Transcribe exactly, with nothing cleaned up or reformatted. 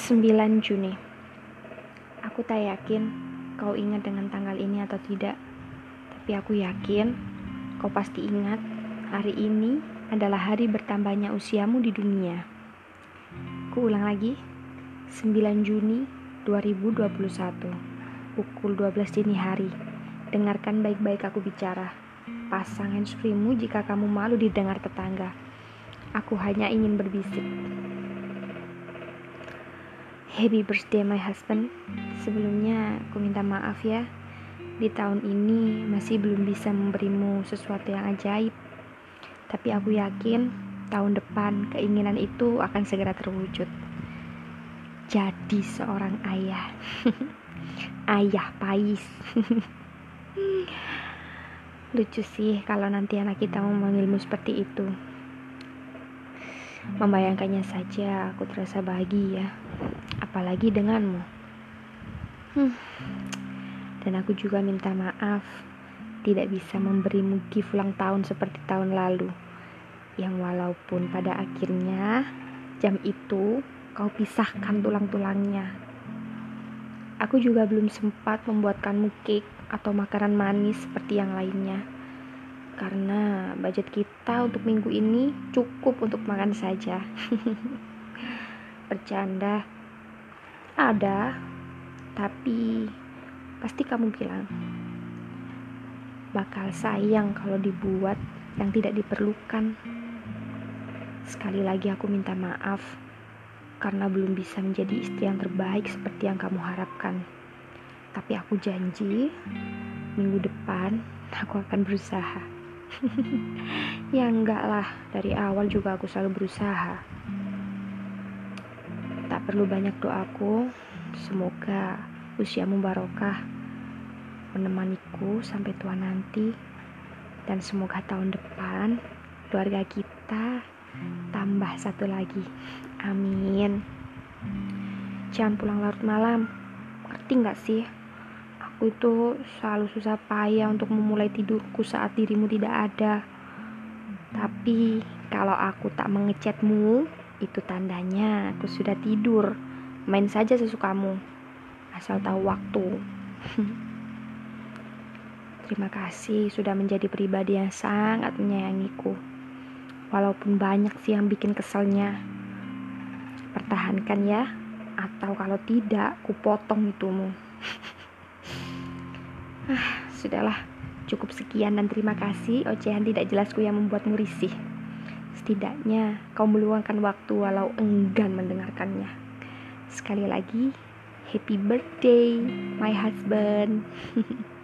sembilan Juni. Aku tak yakin kau ingat dengan tanggal ini atau tidak, tapi aku yakin kau pasti ingat hari ini adalah hari bertambahnya usiamu di dunia. Ku ulang lagi, sembilan Juni dua ribu dua puluh satu, pukul dua belas dini hari. Dengarkan baik-baik aku bicara. Pasang handsfree-mu jika kamu malu didengar tetangga. Aku hanya ingin berbisik. Happy birthday my husband. Sebelumnya aku minta maaf ya. Di tahun ini masih belum bisa memberimu sesuatu yang ajaib. Tapi aku yakin tahun depan keinginan itu akan segera terwujud. Jadi seorang ayah. Ayah Pais. Lucu sih kalau nanti anak kita memanggilmu seperti itu. Membayangkannya saja aku terasa bahagia. Apalagi denganmu. Hmm. Dan aku juga minta maaf tidak bisa memberimu gift ulang tahun seperti tahun lalu, yang walaupun pada akhirnya jam itu kau pisahkan tulang-tulangnya. Aku juga belum sempat membuatkanmu cake atau makanan manis seperti yang lainnya, karena budget kita untuk minggu ini cukup untuk makan saja. Bercanda. Ada, tapi pasti kamu bilang bakal sayang kalau dibuat yang tidak diperlukan. Sekali lagi aku minta maaf karena belum bisa menjadi istri yang terbaik seperti yang kamu harapkan. Tapi aku janji minggu depan aku akan berusaha. Ya enggak lah, dari awal juga aku selalu berusaha. Tak perlu banyak doaku. Semoga usiamu barokah, menemaniku sampai tua nanti. Dan semoga tahun depan keluarga kita tambah satu lagi. Amin. Jangan pulang larut malam. Ngerti gak sih? Aku itu selalu susah payah untuk memulai tidurku saat dirimu tidak ada. Tapi kalau aku tak mengechatmu, itu tandanya aku sudah tidur. Main saja sesukamu, asal tahu waktu. Terima kasih sudah menjadi pribadi yang sangat menyayangiku. Walaupun banyak sih yang bikin keselnya. Pertahankan ya, atau kalau tidak, ku potong itumu. Ah, sudahlah, cukup sekian dan terima kasih ocehan tidak jelasku yang membuatmu risih. Setidaknya kau meluangkan waktu walau enggan mendengarkannya. Sekali lagi, happy birthday my husband.